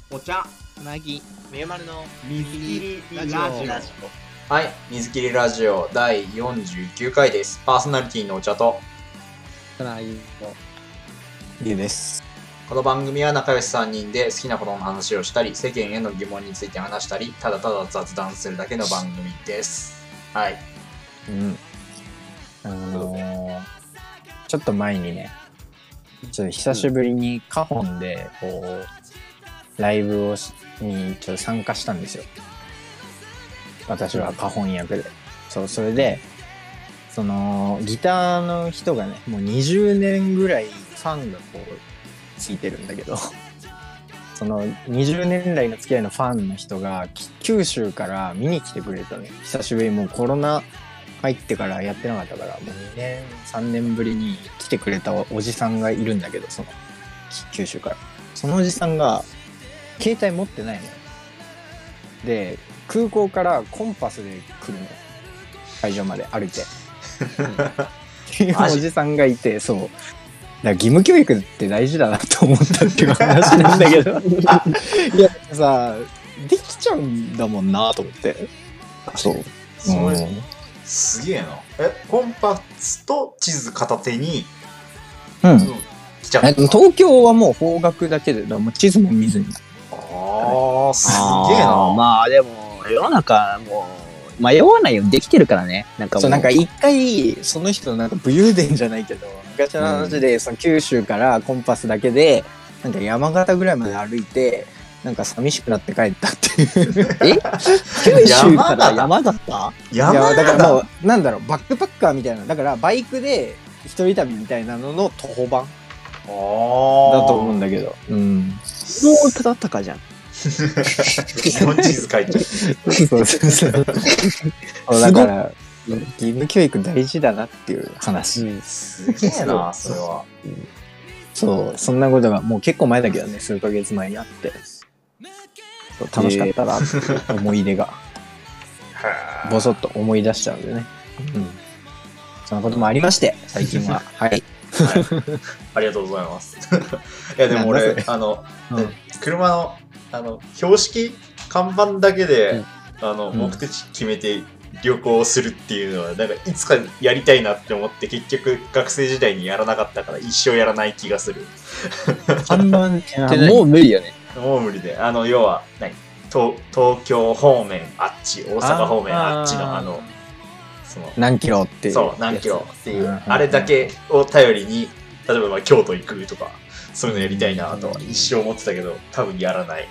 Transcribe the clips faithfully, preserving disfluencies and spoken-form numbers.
お茶つなぎめゆまるの水切りラジオ。 はい、水切りラジオだいよんじゅうきゅうかいです。パーソナリティのお茶とつなぎのりゅうです。 この番組は仲良しさんにんで好きなことの話をしたり、世間への疑問について話したり、ただただ雑談するだけの番組です。はい。 うん。あのー、ちょっと前にね、ちょっと久しぶりにカホンでこうライブをしにちょっと参加したんですよ。私はカホン役で。そう、それでそのギターの人がね、もうにじゅうねんぐらいファンがこうついてるんだけど、そのにじゅうねん来の付き合いのファンの人が九州から見に来てくれたね。久しぶりにもうコロナ入ってからやってなかったから、もうにねんさんねんぶりに来てくれたおじさんがいるんだけど、その九州からそのおじさんが携帯持ってないのよ。で空港からコンパスで来るの、会場まで歩いてっていうおじさんがいて、そうだから義務教育って大事だなと思ったっていう話なんだけどいやさ、できちゃうんだもんなと思って。そう、 それ、 うん、 すげえな。え、コンパスと地図片手に、 うん、 来ちゃった。 東京はもう方角だけで、もう地図も見ずに。 ああ、すげえな。 まあでも世の中もう迷わないようにできてるからね。なんかもうそう、なんか一回その人なんか武勇伝じゃないけど、昔の話で、うん、その九州からコンパスだけでなんか山形ぐらいまで歩いて、なんか寂しくなって帰ったっていうえ九州から山形山形いや、 だからもうなんだろう、バックパッカーみたいな、だからバイクで一人旅みたいなのの徒歩版だと思うんだけど、うん、 そう下ったかじゃん。 日本地図書いてる。 そうそうそうだから義務教育大事だなっていう話、うん、 すげえなそれは、うん、 そう、そんなことがもう結構前だけどね、数ヶ月前にあって、そう楽しかったなっていう思い出がボソッと思い出しちゃうんでね、うん、そんなこともありまして最近ははい、はい、 ありがとうございますいやでも俺あの、うん、車のあの標識看板だけで、うん、あの目的地決めて旅行するっていうのはなんかいつかやりたいなって思って、結局学生時代にやらなかったから一生やらない気がする看板ってもう無理よね。 もう無理で、あの要は何 東, 東京方面あっち、大阪方面あっちのあのその何キロっていう、 そう何キロっていう、うん、あれだけを頼りに例えばまあ京都行くとかそういうのやりたいなとは一生思ってたけど、多分やらない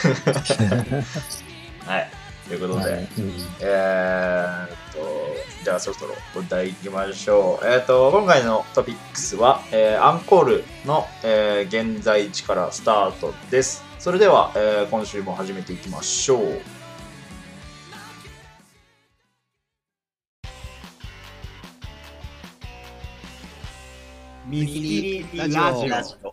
はいということで、はい、うん、えー、っとじゃあそろそろお題いきましょう。えー、っと今回のトピックスは、えー、アンコールの、えー、現在地からスタートです。それでは、えー、今週も始めていきましょう。 水切りラジオ。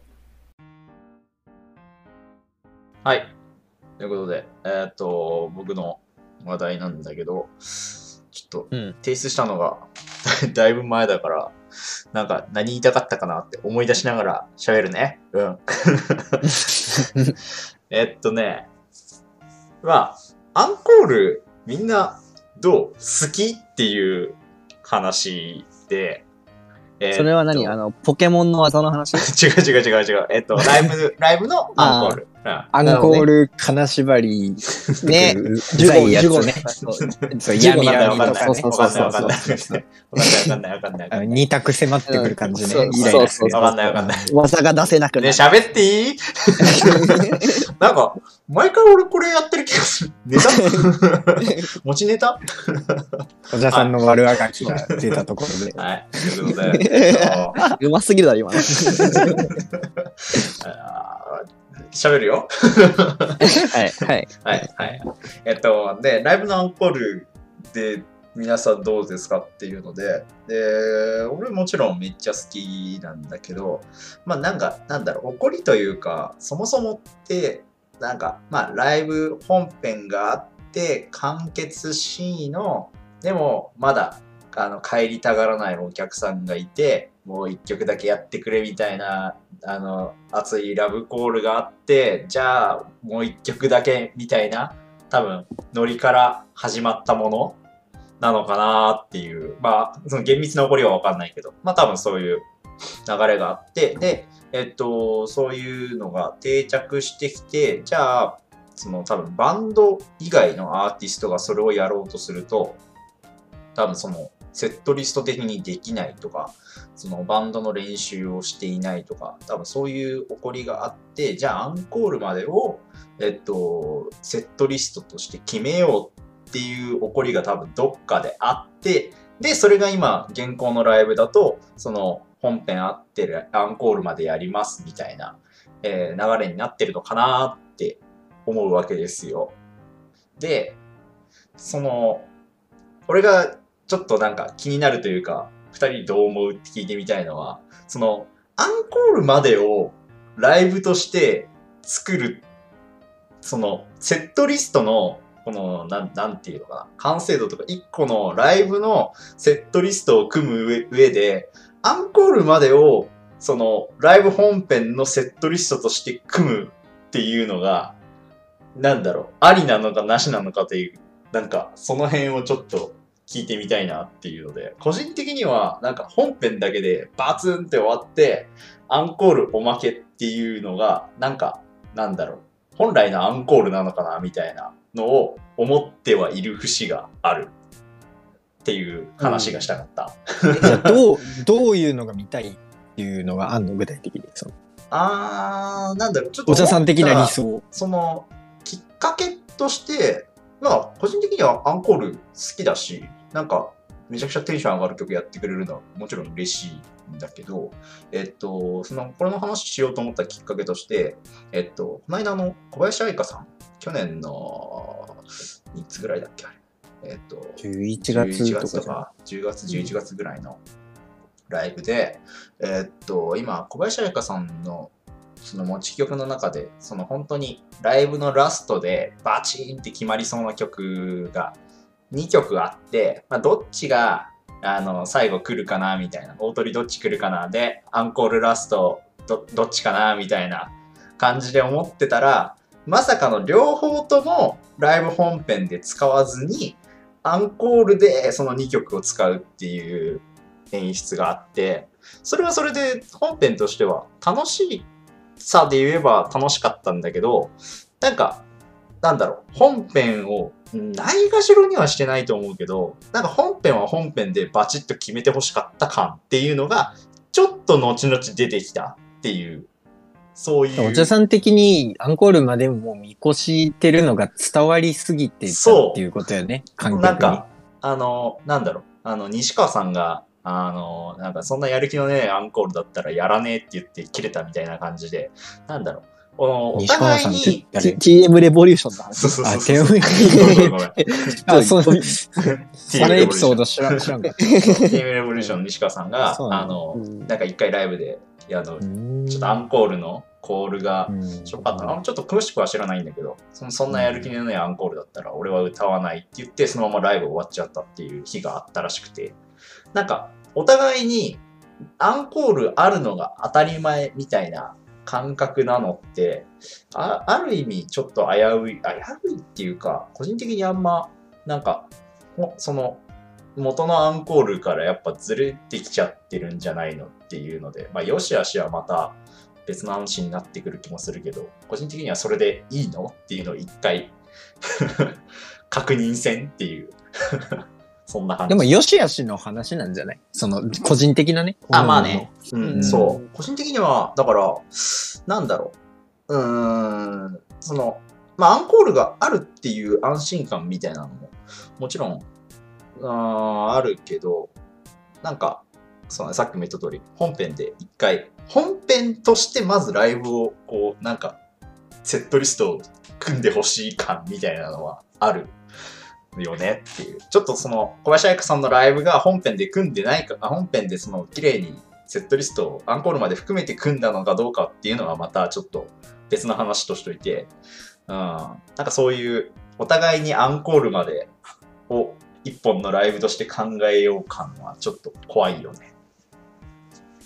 はい。ということで、えー、っと、僕の話題なんだけど、ちょっと、提出したのが、うん、だいぶ前だから、なんか何言いたかったかなって思い出しながら喋るね。うん。えっとね、まあ、アンコール、みんなどう好きっていう話で、 えー、それは何、あのポケモンの技の話違う違う違う違う。えっと、ライブ、ライブのアンコール。 アンコール金縛りね、 うざいやつね。 そう、闇闇とかね。わかんないわかんない。わかんないわかんない。 二択迫ってくる感じね。 そうそう。わかんないわかんない。 技が出せなくなる。 ね、喋っていいなんか、毎回俺これやってる気がする。ネタ持ちネタおじゃさんの悪あがきが出たところで。 はい。ということで。 うますぎるだろ、今の。 喋るよ。 はい、はい。 はい、はい。えっと、で、ライブのアンコールで皆さんどうですかっていうので、で、俺もちろんめっちゃ好きなんだけど、まあなんか、なんだろう、怒りというか、そもそもって、なんか、まあライブ本編があって、完結シーンの、でもまだ、あの、帰りたがらないお客さんがいて、 もう一曲だけやってくれみたいな、あの、熱いラブコールがあって、じゃあもう一曲だけみたいな、多分、ノリから始まったものなのかなっていう、まあ、その厳密な起こりはわかんないけど、まあ多分そういう流れがあって、で、えっと、そういうのが定着してきて、じゃあ、その多分バンド以外のアーティストがそれをやろうとすると、多分そのセットリスト的にできないとか、そのバンドの練習をしていないとか、多分そういう起こりがあって、じゃあアンコールまでを、えっと、セットリストとして決めようっていう起こりが多分どっかであって、で、それが今、現行のライブだと、その本編合ってるアンコールまでやりますみたいな、えー、流れになってるのかなって思うわけですよ。で、その、俺がちょっとなんか気になるというか、二人どう思うって聞いてみたいのは、その、アンコールまでをライブとして作る、その、セットリストの、この、なん、なんていうのかな、完成度とか、一個のライブのセットリストを組む上、上で、アンコールまでを、その、ライブ本編のセットリストとして組むっていうのが、なんだろう、ありなのかなしなのかという、なんか、その辺をちょっと、聞いてみたいなっていうので、個人的にはなんか本編だけでバツンって終わってアンコールおまけっていうのがなんかなんだろう本来のアンコールなのかなみたいなのを思ってはいる節があるっていう話がしたかった。 うん、じゃあどうどういうのが見たいっていうのがあんの具体的にそのあーなんだろうちょっとお茶さん的な理想そのきっかけとしてまあ、個人的にはアンコール好きだし、なんか、めちゃくちゃテンション上がる曲やってくれるのはもちろん嬉しいんだけど、えっと、その、これの話しようと思ったきっかけとして、えっと、この間の小林愛香さん、去年のいつぐらいだっけあれ。えっと、 じゅういちがつとか、 とかじゅうがつ、じゅういちがつぐらいのライブで、うん、えっと、今、小林愛香さんのその持ち曲の中で、その本当にライブのラストでバチーンって決まりそうな曲がにきょくあって、まあ、どっちがあの最後来るかなみたいな、大鳥どっち来るかなで、アンコールラスト ど, どっちかなみたいな感じで思ってたら、まさかの両方ともライブ本編で使わずに、アンコールでそのにきょくを使うっていう演出があって、それはそれで本編としては楽しいさで言えば楽しかったんだけど、なんか、なんだろう、本編を、ないがしろにはしてないと思うけど、なんか本編は本編でバチッと決めてほしかった感っていうのが、ちょっと後々出てきたっていう、そういう。 お茶さん的にアンコールまでも見越してるのが伝わりすぎてたっていうことよね、観客に。 なんか、あの、なんだろう、あの、西川さんが、あの、なんかそんなやる気のねえアンコールだったらやらねえって言って切れたみたいな感じで、なんだろう、おお互いにティーエム レボリューションだ。 そうそうそう。 あ、テームあ、その、そのエピソード知らん、知らんかった。 ティーエム レボリューションの西川さんが、あの、なんか一回ライブで、あの、ちょっとアンコールのコールがしょっかったの。ちょっと詳しくは知らないんだけど、そのそんなやる気のないアンコールだったら俺は歌わないって言って、そのままライブ終わっちゃったっていう日があったらしくて、なんか、お互いにアンコールあるのが当たり前みたいな感覚なのって、あ, ある意味ちょっと危うい、危ういっていうか、個人的にあんま、なんか、その、元のアンコールからやっぱずれてきちゃってるんじゃないのっていうので、まあ、よしあしはまた別の話になってくる気もするけど、個人的にはそれでいいのっていうのを一回確認せんっていうそんな感じ。 でも、よしあしの話なんじゃないその、個人的なね。 あ、まあね。うん、 うん、 そう。個人的には、だから、なんだろう。うーん、その、まあ、アンコールがあるっていう安心感みたいなのも、もちろん、あ, あるけど、なんか、そうね、さっきも言った通り、本編で一回、本編としてまずライブを、こう、なんか、セットリストを組んでほしい感みたいなのはあるよねっていう。ちょっとその、小林愛香さんのライブが本編で組んでないか、本編でその、綺麗にセットリストをアンコールまで含めて組んだのかどうかっていうのはまたちょっと別の話としといて、うん、なんかそういう、お互いにアンコールまでを一本のライブとして考えよう感はちょっと怖いよね。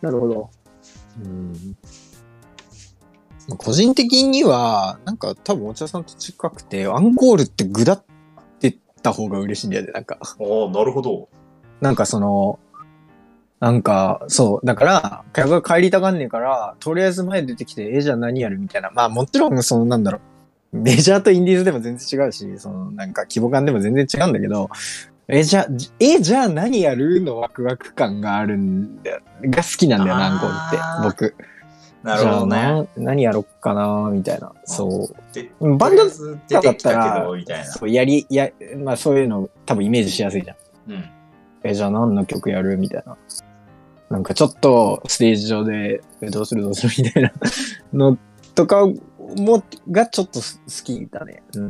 なるほど。 うん。個人的には、なんか多分お茶さんと近くて、アンコールってぐだってた方が嬉しいんだよね、なんか。 ああ、なるほど。 なんかその、なんか、そう、だから、客が帰りたがんねえから、とりあえず前出てきて、え、じゃあ何やるみたいな。まあもちろん、そのなんだろう、メジャーとインディーズでも全然違うし、そのなんか規模感でも全然違うんだけど、え、じゃあ、え、じゃあ何やるのワクワク感があるんだよ、が好きなんだよな、アンコールって、僕。 なるほどね。 じゃあな何やろっかな、みたいな。そう。 でバンド出てきたけど、みたいな。 そう、やり、や、まあそういうの多分イメージしやすいじゃん。 うん。 え、じゃあ何の曲やるみたいな。なんかちょっとステージ上で、えどうするどうするみたいなのとかも、がちょっと好きだね。うん。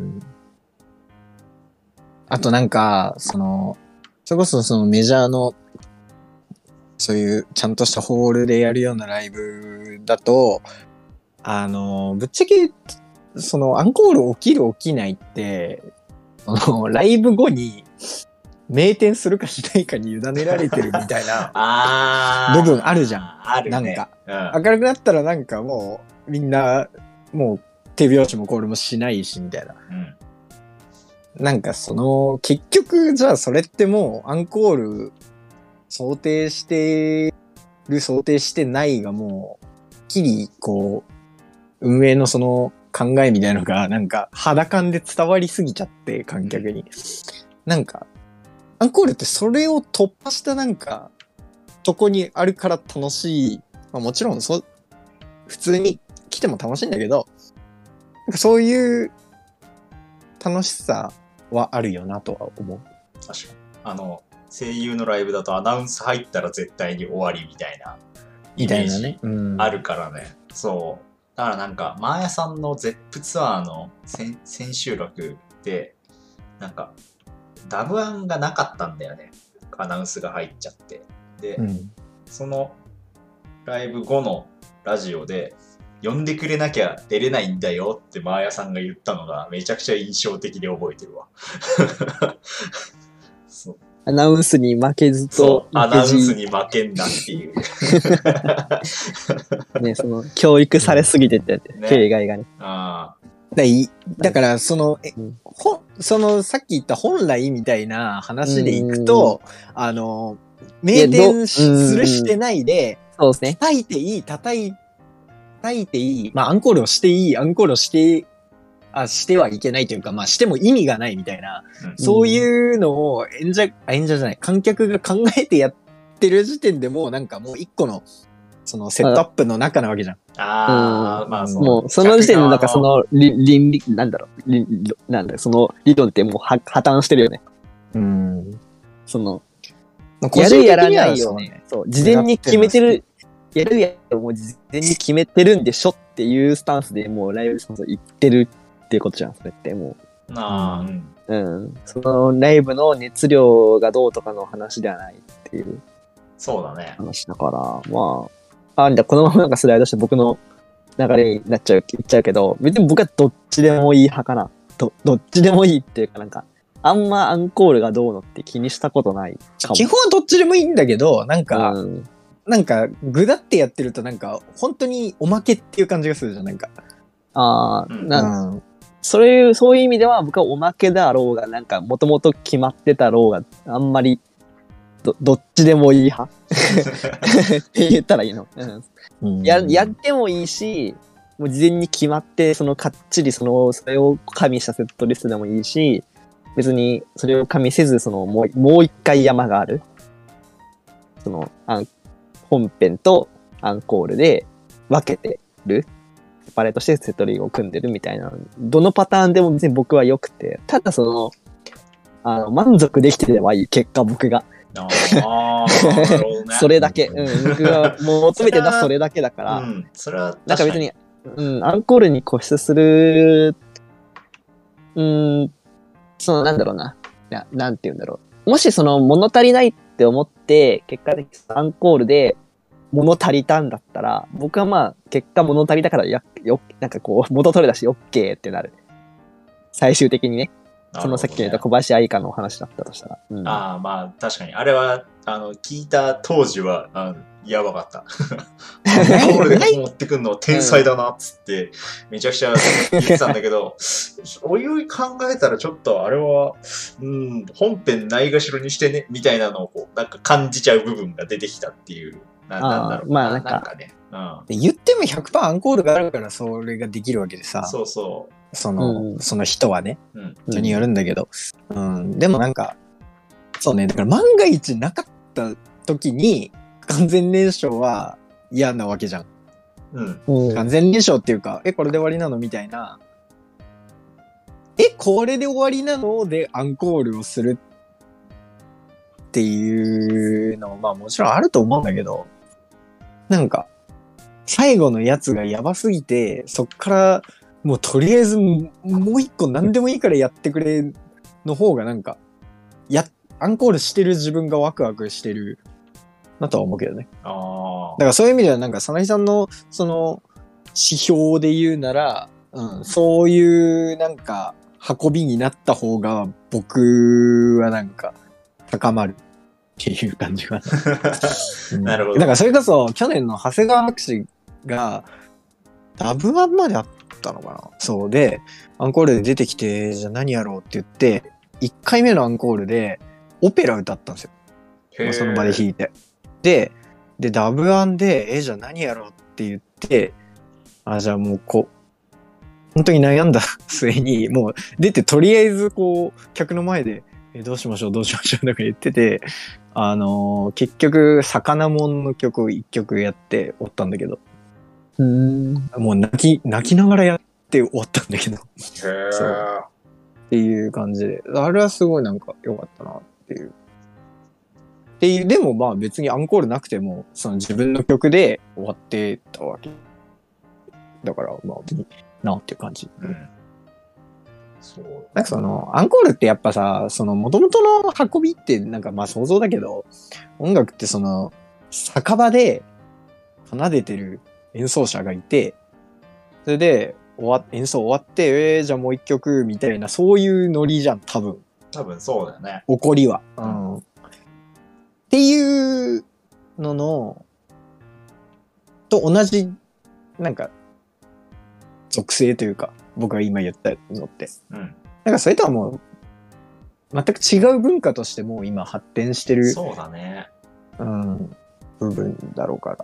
あとなんか、その、それこそそのメジャーの、そういうちゃんとしたホールでやるようなライブだと、あの、ぶっちゃけ、そのアンコール起きる起きないって、そのライブ後に、名店するかしないかに委ねられてるみたいな部分あるじゃん。 あるね。 なんか、 うん、 明るくなったらなんかもうみんなもう手拍子もコールもしないしみたいな。 うん、 なんかその結局じゃあそれってもうアンコール想定してる想定してないがもうきりこう運営のその考えみたいなのがなんか肌感で伝わりすぎちゃって観客に。なんかアンコールってそれを突破したなんかとこにあるから楽しい。まあもちろんそ普通に来ても楽しいんだけど、なんかそういう楽しさはあるよなとは思う。 確かに。あの、声優のライブだとアナウンス入ったら絶対に終わりみたいなイメージあるからね。そう。だからなんか、マーヤさんの ゼップ ツアーの千秋楽で、なんか、ダブアンがなかったんだよね。アナウンスが入っちゃって。で、うん、そのライブ後のラジオで、呼んでくれなきゃ出れないんだよってマーヤさんが言ったのがめちゃくちゃ印象的で覚えてるわ。 そうアナウンスに負けずとアナウンスに負けんなっていう。 ね、その教育されすぎてて、ね、形骸がね。 あだ, だからその、え、うん、ほそのさっき言った本来みたいな話でいくと、あの名店するしてないで、 そうですね。 叩いていい叩い叩いていい、まあアンコールをしていいアンコールをしてあしてはいけないというか、まあしても意味がないみたいな、うん、そういうのを演者演者じゃない観客が考えてやってる時点でもうなんかもう一個のそのセットアップの中なわけじゃん。 ああ、まあそう。 もうその時点でなんかその倫理なんだろうなんだろうその理論ってもう破綻してるよね。 うん。 そのやるやらないよね。そう事前に決めてるやるやらもう事前に決めてるんでしょっていうスタンスでもうライブそうそう言ってるっていうことじゃんそれってもう。ああ、うん、うん。そのライブの熱量がどうとかの話ではないっていうそうだね話だからまあ。あ、じゃあこのままなんかスライドして僕の流れになっちゃう、言っちゃうけど、別に僕はどっちでもいい派かな。ど、どっちでもいいっていうかなんか、あんまアンコールがどうのって気にしたことないかも。 基本はどっちでもいいんだけど、なんか、うん、なんか、ぐだってやってるとなんか、本当におまけっていう感じがするじゃん、なんか。 ああ、なん、うん、そういう、そういう意味では僕はおまけだろうが、なんか、もともと決まってたろうが、あんまり、ど, どっちでもいい派って言ったらいいの、うん、や, やってもいいしもう事前に決まってそのかっちりそのそれを加味したセットリストでもいいし別にそれを加味せずそのもうもう一回山があるその本編とアンコールで分けてるパレートしてセットリーを組んでるみたいなどのパターンでも別に僕は良くてただそのあの満足できてればいい結果僕がああ、なるほどね。 それだけ、うん、僕が求めてたそれだけだから、 うん、それはなんか別に、うん、アンコールに固執する、うん、そのなんだろうな、な、なんて言うんだろう。もしその物足りないって思って、結果的にアンコールで物足りたんだったら、僕はまあ結果物足りたからや、よ、なんかこう元取れだし OK ってなる。最終的にね。 そのさっき言った小林愛花の話だったとしたら。うん、 ああ、まあ確かに。あれは、あの、聞いた当時は、あのやばかった。アンコールで持ってくんの天才だなっつって、めちゃくちゃ言ってたんだけど、おいおい考えたらちょっとあれは、うん、本編ないがしろにしてね、みたいなのをこう、なんか感じちゃう部分が出てきたっていう。ななんだろうな。 まあなんか、 なんかね、うん。 言っても ひゃくパーセント アンコールがあるからそれができるわけでさ。 そうそう。 その、うん、その人はね。 うん。 人によるんだけど。うん。でもなんか、そうね。だから万が一なかった時に、完全燃焼は嫌なわけじゃん。 うん。 完全燃焼っていうか、え、これで終わりなのみたいな。え、これで終わりなのでアンコールをするっていうのも、まあもちろんあると思うんだけど、なんか、最後のやつがやばすぎて、そっからもうとりあえずもう一個何でもいいからやってくれの方がなんか、や、アンコールしてる自分がワクワクしてるなとは思うけどね。 ああ。 だからそういう意味ではなんか、佐々木さんのその指標で言うなら、うん、そういうなんか運びになった方が僕はなんか高まるっていう感じかな。うん、 なるほど。 だからそれこそ去年の長谷川博士がダブワンまであったのかな。そうで、アンコールで出てきて、じゃあ何やろうって言って、いっかいめのアンコールでオペラ歌ったんですよ。まあ、その場で弾いて。で、で、ダブワンで、え、じゃあ何やろうって言って、あ、じゃあもうこう、本当に悩んだ末に、もう出てとりあえずこう、客の前で、え、どうしましょうどうしましょうとか言ってて、あのー、結局、魚もんの曲を一曲やって終わったんだけど、 うーんもう泣き、泣きながらやって終わったんだけど、 へーっていう感じで、あれはすごいなんか良かったなっていう。っていう、でもまあ別にアンコールなくても、その自分の曲で終わってたわけ。だからまあ別になっていう感じ。 うん。そう。 なんかその、アンコールってやっぱさ、その元々の運びってなんかまあ想像だけど、音楽ってその、酒場で奏でてる演奏者がいて、それで終わ演奏終わって、えー、じゃあもう一曲みたいな、そういうノリじゃん、多分。 多分そうだよね。 起こりは。うん。っていうのの、と同じ、なんか、属性というか、僕が今言ったのって。 うん。 なんかそれとはもう、全く違う文化としてもう今発展してる。 そうだね。 うん。部分だろうから。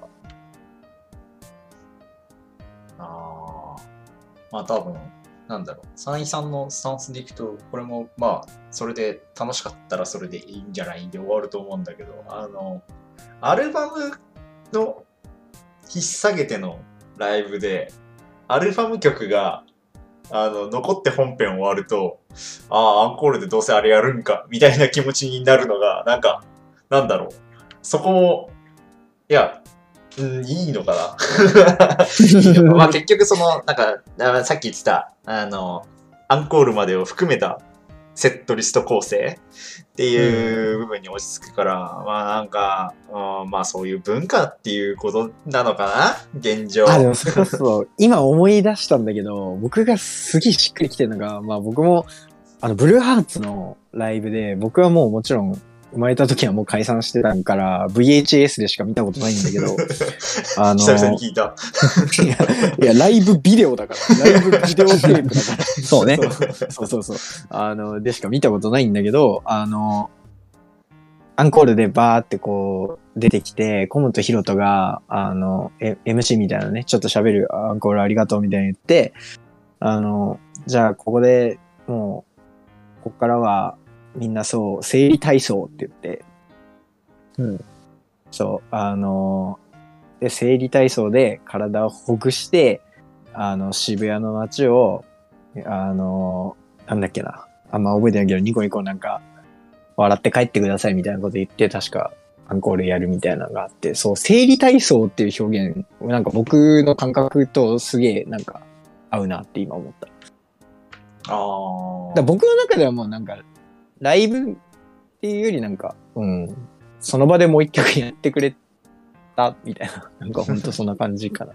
ああ。まあ多分、なんだろう。サンイさんのスタンスでいくと、これもまあ、それで楽しかったらそれでいいんじゃないで終わると思うんだけど、あの、アルバムの引っ提げてのライブで、アルバム曲が、あの、残って本編終わると、ああ、アンコールでどうせあれやるんか、みたいな気持ちになるのが、なんか、なんだろう。そこも、いや、うん、いいのかなまあ結局その、なんか、さっき言ってた、あの、アンコールまでを含めたセットリスト構成っていう部分に落ち着くから、うん、まあなんか、うん、まあそういう文化っていうことなのかな現状。 あ、でもそうそう。今思い出したんだけど、僕がすげえしっくりきてるのが、まあ僕も、あの、ブルーハーツのライブで、僕はもうもちろん、生まれた時はもう解散してたから ブイエイチエス でしか見たことないんだけどあのー、久々に聞いたいや、いやライブビデオだからライブビデオテープだからそうねそうそうそうあのでしか見たことないんだけどあのアンコールでバーってこう出てきてコムとヒロトがあの エムシー みたいなねちょっと喋るアンコールありがとうみたいに言ってあのじゃあここでもうここからはみんなそう、生理体操って言って、 うん。 そう、あの、で、生理体操で体をほぐして、あの、渋谷の街を、あの、なんだっけな、あんま覚えてないけど、ニコニコなんか、笑って帰ってくださいみたいなこと言って、確か、アンコールやるみたいなのがあって、そう、生理体操っていう表現、なんか僕の感覚とすげえ、なんか、合うなって今思った。 ああ。 だ僕の中ではもうなんか、ライブっていうよりなんか、うん、その場でもう一曲やってくれたみたいな、なんかほんとそんな感じかな。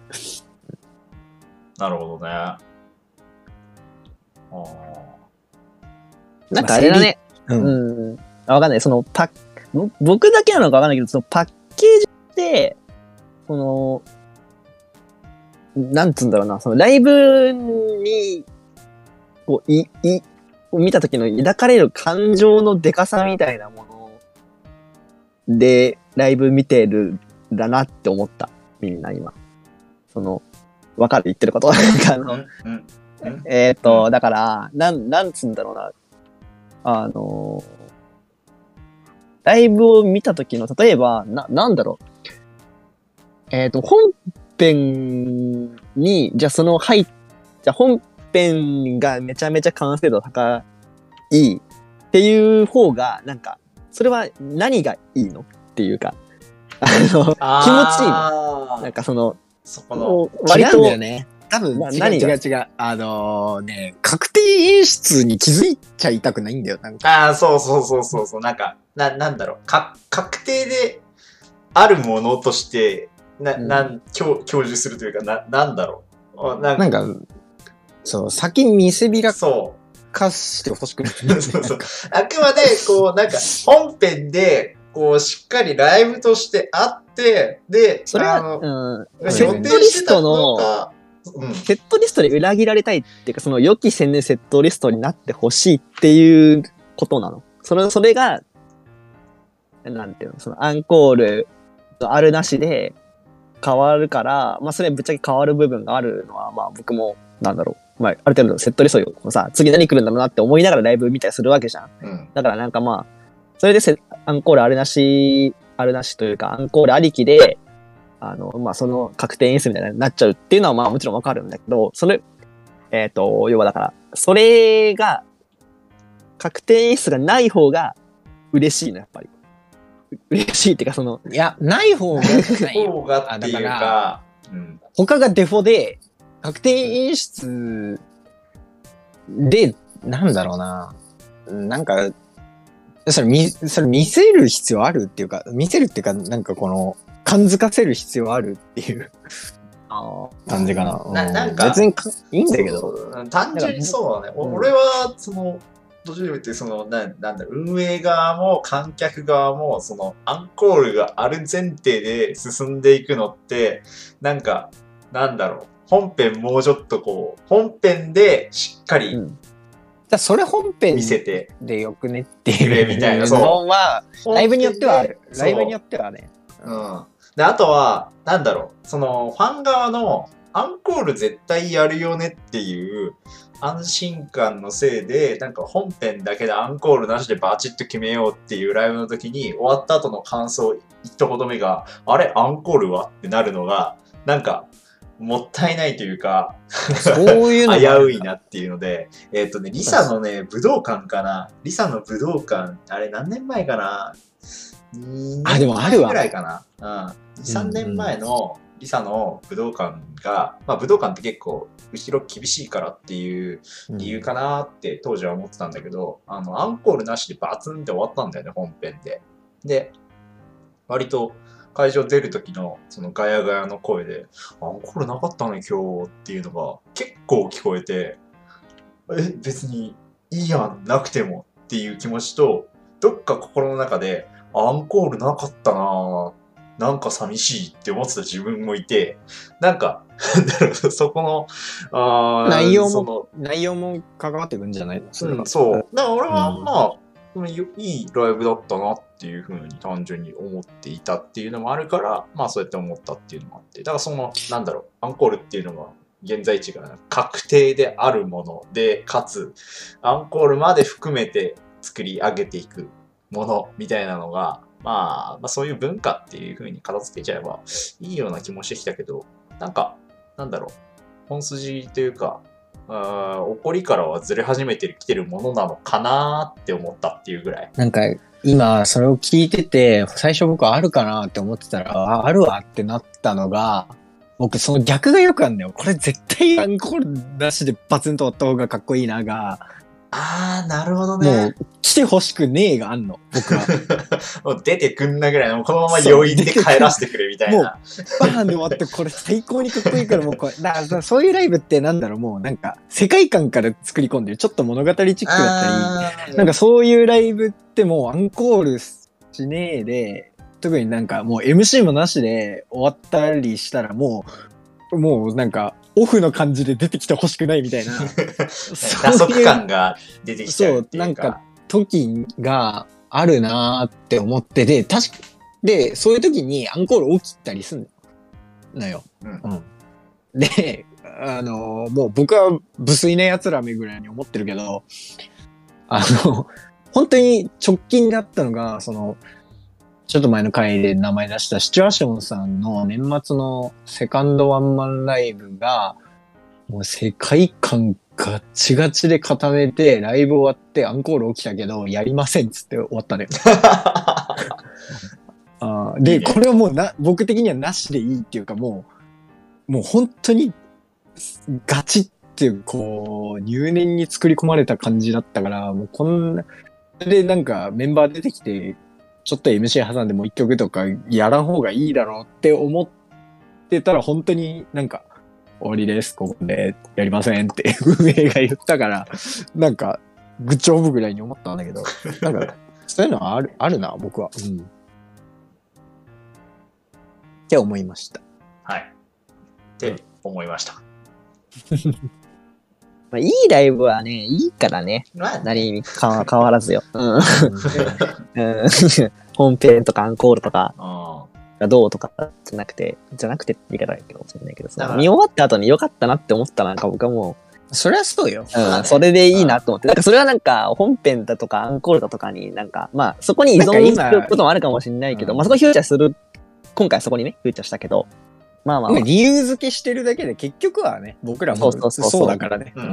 なるほどね。あっなんかあれだね。 う。 うんん。あわかんない。そのパッ、僕だけなのかわかんないけど、そのパッケージって、その、なんつうんだろうな、そのライブに、こう、い、い、見た時の抱かれる感情のデカさみたいなもので、ライブ見てるんだなって思った。みんな今。その、わかる言ってること。なんかあの、 うんうんうんえっ、と、だから、なん、なんつうんだろうな。あの、ライブを見た時の、例えば、な、なんだろう。えっ、と、本編に、じゃあその、はい、じゃあ本編がめちゃめちゃ完成度高いっていう方が、なんか、それは何がいいのっていうか、あの、気持ちいいの。 あーなんかその、 そこの、 割と、 違うんだよね。多分、違うな何が違う違う。あのね、確定演出に気づいちゃいたくないんだよ。なんか。 ああ、そうそうそうそうそう、なんか、な、なんだろう、か、確定であるものとして、な、 うんなん、教、教授するというか、な、なんだろう。あなんなんか、そう、先見せびらそかしてほしくない。 う。そうそう。あくまで、こう、なんか、本編で、こう、しっかりライブとしてあって、で、 それあの、 は、うん、 予セッ定トリスしてたのトの、 が、うん。 セットリストで裏切られたいっていうか、その予期せぬセットリストになってほしいっていうことなの。それ、それが、なんていうの、そのアンコールのあるなしで変わるから、まあそれぶっちゃけ変わる部分があるのは、まあ僕も、なんだろう。まあある程度セットリストをこうさ、次何来るんだろうなって思いながらライブ見たりするわけじゃん。 うん。 だからなんかまあ、それでセアンコールあるなし、あるなしというか、アンコールありきで、あの、まあ、その確定演出みたいになっちゃうっていうのはまあもちろんわかるんだけど、それ、えっ、と、要はだから、それが、確定演出がない方が嬉しいの、やっぱり。う嬉しいっていうか、その、 いや、ない方がないよ。 方がっていうあだか、うん。 他がデフォで、確定演出で、なんだろうな。なんか、それ見、それ見せる必要あるっていうか、見せるっていうか、なんかこの、感づかせる必要あるっていう感じかな。 なうなんか別にかいいんだけど。 そう単純にそうだね。おうん俺は、その、どっちかというと、その、ななんだろう、運営側も観客側も、その、アンコールがある前提で進んでいくのって、なんか、なんだろう、本編もうちょっとこう、本編でしっかりうん。 じゃあそれ本編見せて、 でよくねってくれいうみたいなそうのは、ライブによってはある。 そうライブによってはね。 うん。で、あとは、なんだろう、その、ファン側の、アンコール絶対やるよねっていう安心感のせいで、なんか本編だけでアンコールなしでバチッと決めようっていうライブの時に、終わった後の感想一言目が、あれアンコールはってなるのが、なんか、もったいないというか、 そういうの危があるういなっていうので、えっ、とね、リサのね、武道館かな。リサの武道館、あれ何年前かな。 あでもあるわぐらいかな。うん。に、さんねんまえのリサの武道館が、まあ武道館って結構後ろ厳しいからっていう理由かなって当時は思ってたんだけど、あの、アンコールなしでバツンって終わったんだよね、本編で。で、割と会場出る時のそのガヤガヤの声で、アンコールなかったね今日っていうのが結構聞こえて、え、別にいいやん、なくてもっていう気持ちと、どっか心の中で、アンコールなかったなぁ、なんか寂しいって思ってた自分もいて、なんか、そこの、あー内容そも、 の内容も関わってくんじゃないそれはうん、そう。だから俺はうんまあ、いいライブだったなっていうふうに単純に思っていたっていうのもあるから、まあそうやって思ったっていうのもあって、だからその、なんだろう、アンコールっていうのは現在地が確定であるもので、かつ、アンコールまで含めて作り上げていくものみたいなのが、まあ、まあそういう文化っていうふうに片付けちゃえばいいような気もしてきたけど、なんか、なんだろう、本筋というか、あ怒りからはずれ始めてきてるものなのかなって思ったっていうぐらい。 なんか、今、それを聞いてて、最初僕あるかなって思ってたら、あ、あるわってなったのが、僕その逆がよくあるんだよ。これ絶対アンコールなしでバツンと終わった方がかっこいいなが、 あー、なるほどもねう。来てほしくねえがあんの、僕は。 もう出てくんなぐらいの、もうこのまま余韻で帰らせてくれみたいな。 バーンで終わって、これ最高にかっこいいから、もうこれ、だからそういうライブってなんだろう、もうなんか、世界観から作り込んでる、ちょっと物語チックだったり、なんかそういうライブってもうアンコールしねえで、特になんかもう エムシー もなしで終わったりしたらもう、もうなんか、オフの感じで出てきてほしくないみたいな。 打足感が出てきちゃうっていうか。 そう、なんか、時があるなーって思ってて、確か、で、そういう時にアンコール起きたりすんのよ。 うん。 うん、で、あの、もう僕は無粋な奴らめぐらいに思ってるけど、あの、本当に直近であったのが、その、ちょっと前の回で名前出したシチュアーションさんの年末のセカンドワンマンライブが、もう世界観ガッチガチで固めて、ライブ終わってアンコール起きたけど、やりませんっつって終わったのよ。あでいい、ね、これはもうな、僕的にはなしでいいっていうか、もう、もう本当にガチっていう、こう、入念に作り込まれた感じだったから、もうこんな、でなんかメンバー出てきて、ちょっと エムシー 挟んでもう一曲とかやらん方がいいだろうって思ってたら本当になんか終わりです、ここでやりませんって運営が言ったから、なんかグッジョブぐらいに思ったんだけど、なんかそういうのはある、あるな、僕は。うん。って思いました。 はい。って思いました。 まあ、いいライブはね、いいからね。 まあ、 何に変わらずよ。うん。うん、本編とかアンコールとかがどうとかじゃなくて、じゃなくてって言い方だけどもしれないけどさ、見終わった後に良かったなって思ったらなんか僕はもう、そりゃそうよ。 うん、それでいいなと思って。なんかそれはなんか本編だとかアンコールだとかになんか、まあそこに依存することもあるかもしれないけど、まあそこフューチャーする、今回そこにね、フューチャーしたけど、まあまあ、まあ、 理由付けしてるだけで結局はね、僕らもそうだからね。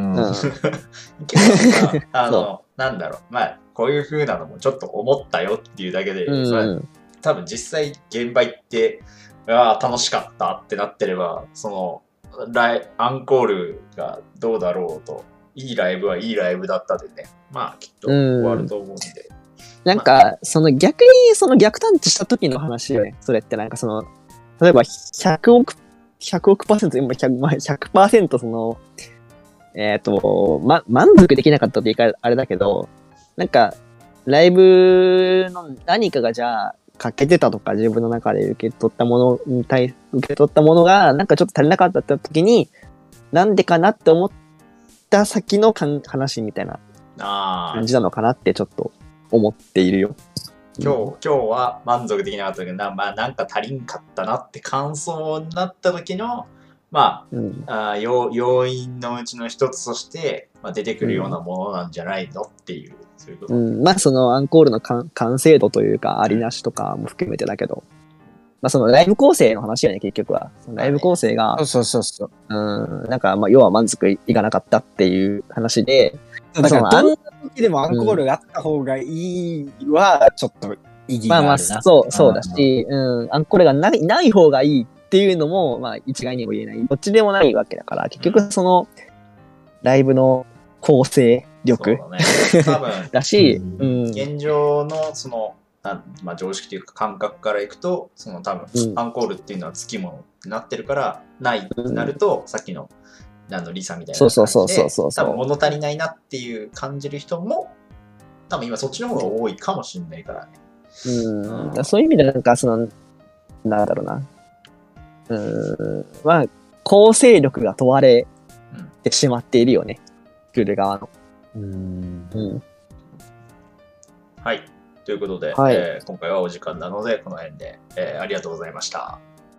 あの、なんだろう、まあ、こういう風なのもちょっと思ったよっていうだけで、うん、多分実際現場行って、ああ、楽しかったってなってれば、その、ライアンコールがどうだろうと、いいライブはいいライブだったでね、まあきっと終わると思うんで。 うん、なんか、その逆にその逆探知した時の話よね、それってなんかその、例えばひゃくおく、ひゃくおくパーセント、今 ひゃく、まあ、ひゃくパーセント その、えっと、ま、満足できなかったって言い方あれだけど、なんか、ライブの何かがじゃあ、欠けてたとか、自分の中で受け取ったものに対、受け取ったものが、なんかちょっと足りなかったって時に、なんでかなって思った先のかん話みたいな感じなのかなってちょっと思っているよ。 今日、今日は満足できなかったけど、な、まあ、なんか足りんかったなって感想になった時の、まあ、うん、あ要、要因のうちの一つとして、まあ、出てくるようなものなんじゃないのっていう、そういうこと。 うん、まあ、そのアンコールの完成度というか、ありなしとかも含めてだけど、まあ、そのライブ構成の話やね、結局は。ライブ構成が、 そうそうそう。 うん、なんか、まあ、要は満足いかなかったっていう話で、 だからどんな時でもアンコールがあった方がいいは、ちょっと意義があるな。まあまあ、 そう、そうだし、うん、アンコールがない、ない方がいいっていうのも、まあ、一概にも言えない。どっちでもないわけだから、結局その、ライブの構成力だ、ね、多分だし、 うん、現状のその、なんまあ、常識というか感覚からいくと、その多分、うん、アンコールっていうのはつきものになってるから、ないってなると、うん、さっきの、あのリサみたいな感じで、 そうそうそうそう多分物足りないなっていう感じる人も、多分今そっちの方が多いかもしれないからね。 うん、うん、そういう意味でなんかその、なんだろうな。うん、まあ、構成力が問われてしまっているよね。作る側の。 うん。 うん。 はい。ということで、 はい、 えー、今回はお時間なので、この辺で、えー、ありがとうございました。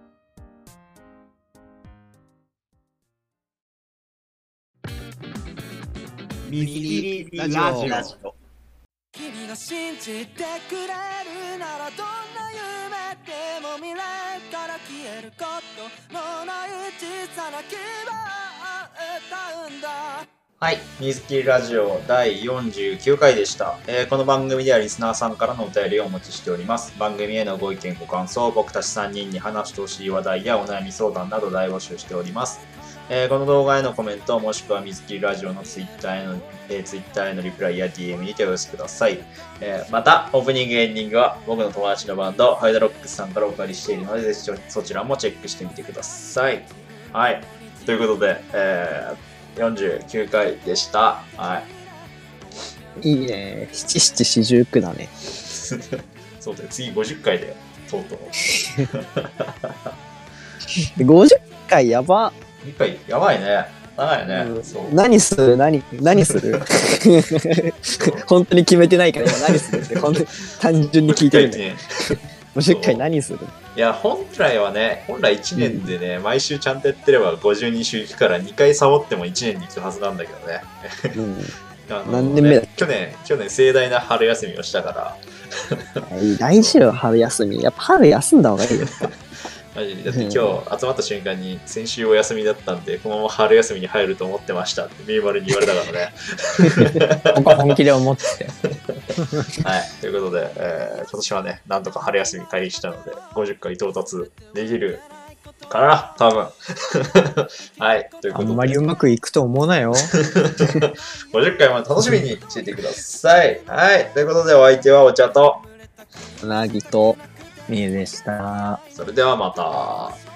ミスキリラジオ。 君が信じてくれるならどんな夢でも未来から消えることのない小さな希望を歌うんだ。 はい、ミスキリラジオだいよんじゅうきゅうかいでした、えー、この番組ではリスナーさんからのお便りをお待ちしております。番組へのご意見ご感想、僕たちさんにんに話してほしい話題やお悩み相談など大募集しております。 えーこの動画へのコメント、もしくは水切りラジオのツイッターへの、えー、ツイッターへのリプライや ディーエム にてお寄せください。えーまた、オープニング、エンディングは僕の友達のバンド、ハイドロックスさんからお借りしているので、ぜひそちらもチェックしてみてください。はい。ということで、えー、よんじゅうきゅうかいでした。はい。 いいね。七七四十九だね。 そうだよ。次ごじゅっかいで、とうとう。 ごじゅっかいやば。 いっかい、やばいね。長いね。 うんそう何する何、何する本当に決めてないから今何するって本当に単純に聞いてるんだよ。 ねごじゅっかい何するいや、本来はね、本来いちねんでね、毎週ちゃんとやってればごじゅうに週行くからにかいサボってもいちねんに行くはずなんだけどね。 うん。 あの何年目だっね去年、去年盛大な春休みをしたから、 大事よ、春休み。やっぱ春休んだ方がいいよ。 マジでだって今日集まった瞬間に先週お休みだったんで、このまま春休みに入ると思ってましたってミーマルに言われたからね。 僕は本気で思ってて。 はい。ということで、えー今年はね、なんとか春休み回避したので、ごじゅっかい到達できるかな多分。はい。ということで。 あんまりうまくいくと思うなよ。 ごじゅっかいも楽しみにしていてください。はい。ということで、お相手はお茶と、 なぎと。 みゆでした。 それではまた。